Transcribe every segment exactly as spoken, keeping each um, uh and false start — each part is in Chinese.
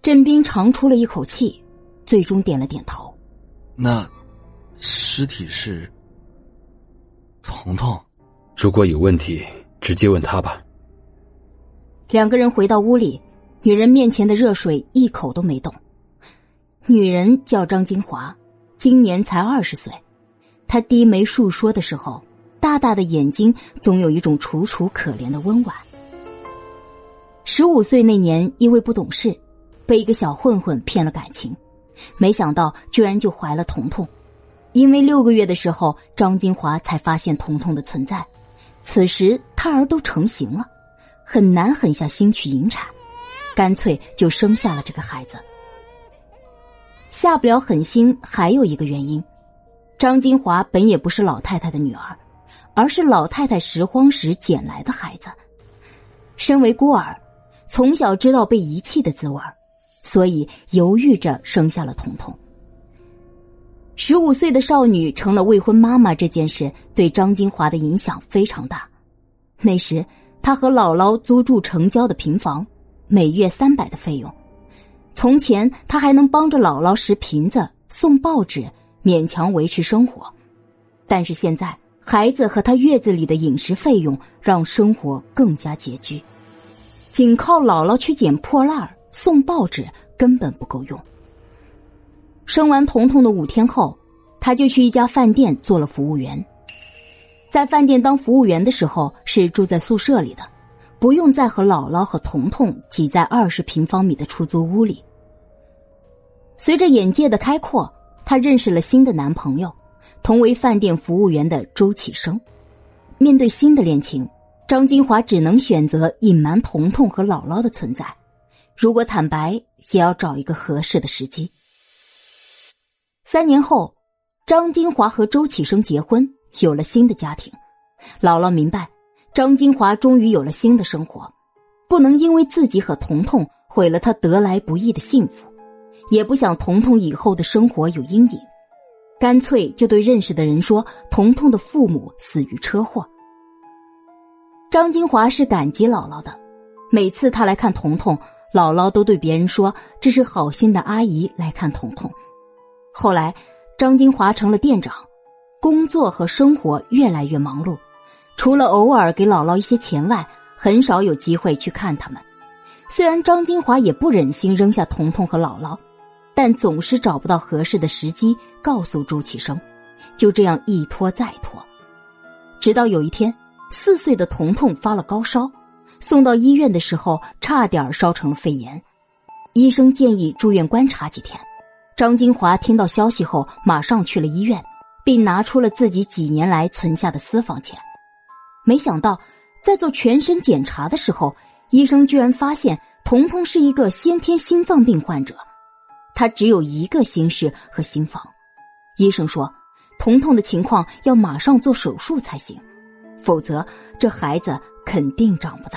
郑斌长出了一口气，最终点了点头。 那尸体是彤彤？ 如果有问题直接问他吧。 两个人回到屋里，女人面前的热水一口都没动。女人叫张金华，今年才二十岁。她低眉述说的时候，大大的眼睛总有一种楚楚可怜的温婉。十五岁那年，因为不懂事，被一个小混混骗了感情，没想到居然就怀了彤彤。因为六个月的时候，张金华才发现彤彤的存在，此时胎儿都成型了，很难狠下心去引产，干脆就生下了这个孩子。下不了狠心还有一个原因，张金华本也不是老太太的女儿，而是老太太拾荒时捡来的孩子。身为孤儿，从小知道被遗弃的滋味，所以犹豫着生下了彤彤。十五岁的少女成了未婚妈妈这件事对张金华的影响非常大。那时她和姥姥租住城郊的平房，每月三百的费用。从前她还能帮着姥姥拾瓶子、送报纸，勉强维持生活。但是现在孩子和她月子里的饮食费用让生活更加拮据，仅靠姥姥去捡破烂送报纸根本不够用。生完彤彤的五天后，她就去一家饭店做了服务员。在饭店当服务员的时候是住在宿舍里的，不用再和姥姥和彤彤挤在二十平方米的出租屋里。随着眼界的开阔，她认识了新的男朋友，同为饭店服务员的周启生。面对新的恋情，张金华只能选择隐瞒彤彤和姥姥的存在，如果坦白也要找一个合适的时机。三年后，张金华和周启生结婚，有了新的家庭。姥姥明白张金华终于有了新的生活，不能因为自己和彤彤毁了她得来不易的幸福，也不想彤彤以后的生活有阴影，干脆就对认识的人说彤彤的父母死于车祸。张金华是感激姥姥的，每次她来看彤彤，姥姥都对别人说这是好心的阿姨来看彤彤。后来张金华成了店长，工作和生活越来越忙碌，除了偶尔给姥姥一些钱外，很少有机会去看他们。虽然张金华也不忍心扔下彤彤和姥姥，但总是找不到合适的时机告诉周启生，就这样一拖再拖。直到有一天，四岁的彤彤发了高烧，送到医院的时候差点烧成了肺炎，医生建议住院观察几天。张金华听到消息后马上去了医院，并拿出了自己几年来存下的私房钱。没想到在做全身检查的时候，医生居然发现彤彤是一个先天心脏病患者，他只有一个心室和心房。医生说彤彤的情况要马上做手术才行，否则这孩子肯定长不大。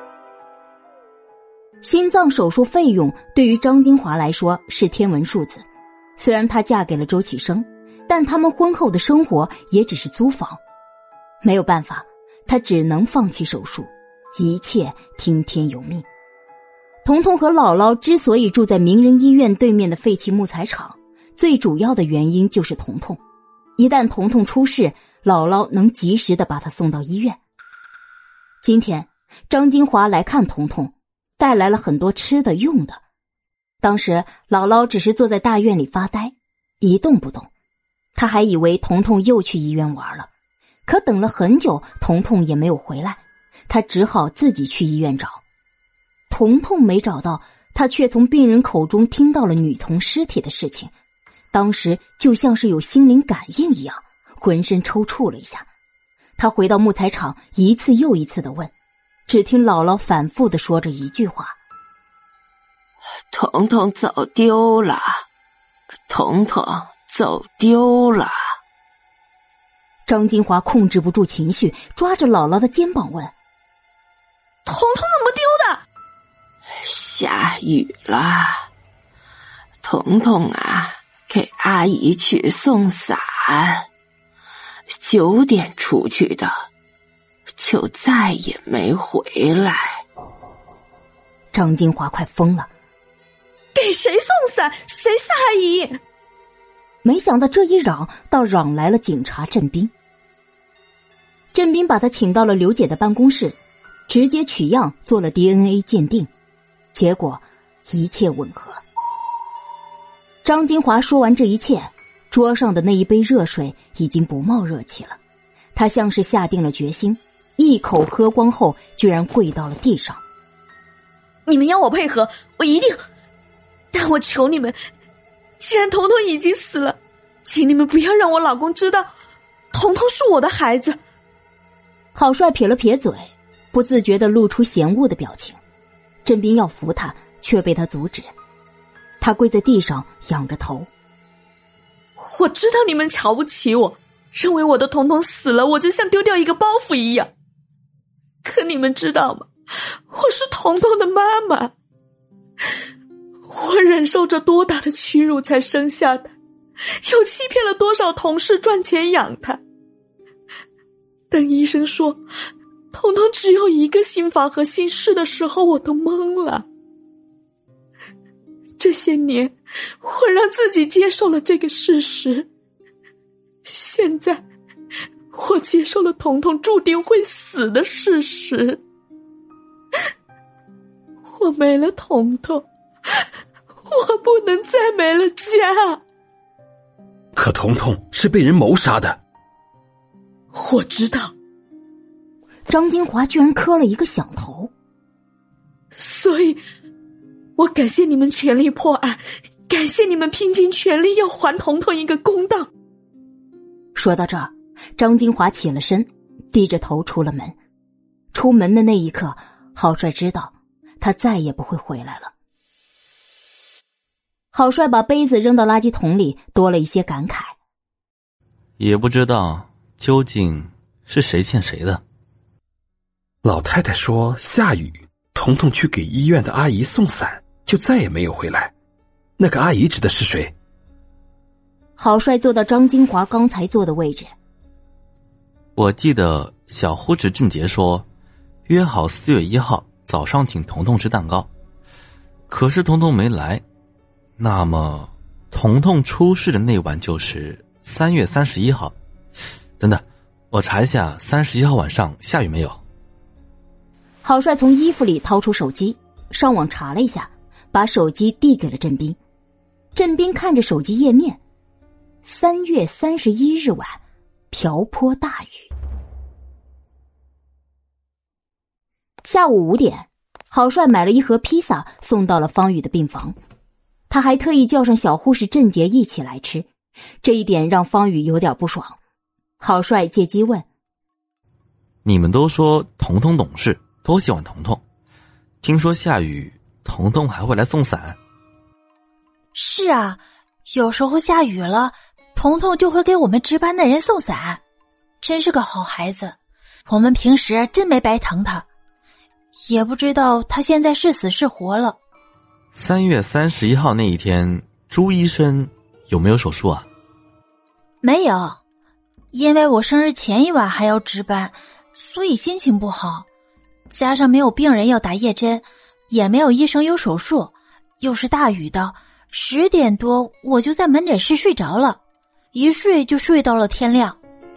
心脏手术费用对于张金华来说是天文数字，虽然她嫁给了周启生，但他们婚后的生活也只是租房。没有办法，她只能放弃手术，一切听天由命。彤彤和姥姥之所以住在名人医院对面的废弃木材厂，最主要的原因就是彤彤。一旦彤彤出事，姥姥能及时地把她送到医院。今天张金华来看彤彤，带来了很多吃的用的。当时姥姥只是坐在大院里发呆，一动不动。她还以为彤彤又去医院玩了，可等了很久，彤彤也没有回来，她只好自己去医院找。彤彤没找到，她却从病人口中听到了女童尸体的事情，当时就像是有心灵感应一样，浑身抽搐了一下。她回到木材厂，一次又一次地问，只听姥姥反复地说着一句话： 彤彤走丢了，彤彤走丢了。 张金华控制不住情绪，抓着姥姥的肩膀问： 彤彤怎么丢的？ 下雨了，彤彤啊，给阿姨去送伞，九点出去的，就再也没回来。 张金华快疯了， 给给谁送伞？谁是阿姨？ 没想到这一嚷，倒嚷来了警察郑斌。郑斌把他请到了刘姐的办公室，直接取样做了 D N A 鉴定，结果一切吻合。张金华说完这一切，桌上的那一杯热水已经不冒热气了，他像是下定了决心，一口喝光后居然跪到了地上。 你们要我配合，我一定，但我求你们，既然彤彤已经死了，请你们不要让我老公知道彤彤是我的孩子。 郝帅撇了撇嘴，不自觉地露出嫌恶的表情。郑斌要扶他，却被他阻止。他跪在地上仰着头。 我知道你们瞧不起我，认为我的彤彤死了，我就像丢掉一个包袱一样。可你们知道吗？我是彤彤的妈妈，我忍受着多大的屈辱才生下她，又欺骗了多少同事赚钱养她。等医生说彤彤只有一个心房和心室的时候，我都懵了。这些年我让自己接受了这个事实，现在我接受了彤彤注定会死的事实。我没了彤彤，我不能再没了家。 可彤彤是被人谋杀的。 我知道。 张金华居然磕了一个响头。 所以我感谢你们全力破案，感谢你们拼尽全力要还彤彤一个公道。 说到这儿，张金华起了身，低着头出了门。出门的那一刻，郝帅知道他再也不会回来了。郝帅把杯子扔到垃圾桶里，多了一些感慨。 也不知道究竟是谁欠谁的。 老太太说下雨，彤彤去给医院的阿姨送伞，就再也没有回来。那个阿姨指的是谁？ 郝帅坐到张金华刚才坐的位置。 我记得小护士郑杰说约好四月一号早上请彤彤吃蛋糕，可是彤彤没来。那么彤彤出事的那晚就是三月三十一号。等等，我查一下三十一号晚上下雨没有。 郝帅从衣服里掏出手机，上网查了一下，把手机递给了郑斌。郑斌看着手机页面，三月三十一日晚，瓢泼大雨。下午五点，郝帅买了一盒披萨送到了方宇的病房。他还特意叫上小护士郑杰一起来吃，这一点让方宇有点不爽。郝帅借机问： 你们都说彤彤懂事，都喜欢彤彤，听说下雨彤彤还会来送伞？ 是啊，有时候下雨了，彤彤就会给我们值班的人送伞，真是个好孩子，我们平时真没白疼他。也不知道他现在是死是活了。 三月三十一号那一天，朱医生有没有手术啊？ 没有，因为我生日前一晚还要值班，所以心情不好，加上没有病人要打夜针，也没有医生有手术，又是大雨的，十点多我就在门诊室睡着了，一睡就睡到了天亮。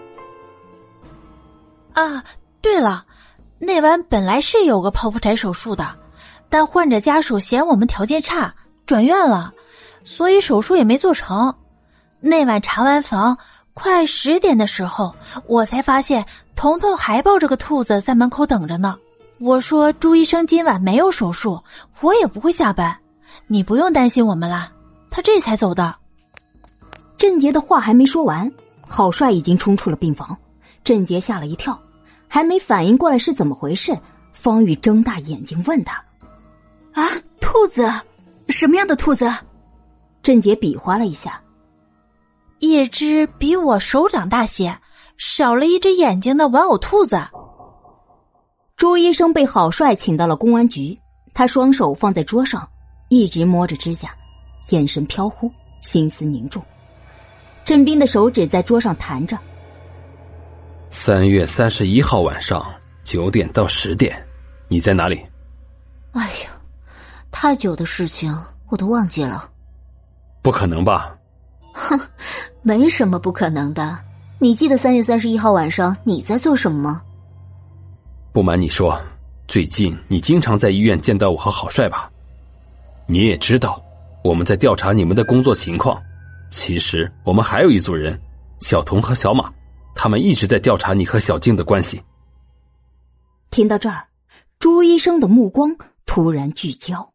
啊，对了，那晚本来是有个剖腹产手术的，但患者家属嫌我们条件差，转院了，所以手术也没做成。那晚查完房，快十点的时候，我才发现彤彤还抱着个兔子在门口等着呢。我说朱医生今晚没有手术，我也不会下班，你不用担心我们啦。他这才走的。 郑杰的话还没说完，郝帅已经冲出了病房。郑杰吓了一跳，还没反应过来是怎么回事，方宇睁大眼睛问他： 啊，兔子？什么样的兔子？ 郑杰比划了一下， 一只比我手掌大些，少了一只眼睛的玩偶兔子。 朱医生被郝帅请到了公安局，他双手放在桌上，一直摸着指甲，眼神飘忽，心思凝重。郑斌的手指在桌上弹着。 三月三十一号晚上九点到十点，你在哪里？ 哎呀，太久的事情我我都忘记了。 不可能吧？ 哼，没什么不可能的。你记得三月三十一号晚上你在做什么吗？ 不瞒你说，最近你经常在医院见到我和郝帅吧？你也知道我们在调查你们的工作情况，其实我们还有一组人，小童和小马，他们一直在调查你和小静的关系。 听到这儿，朱医生的目光突然聚焦。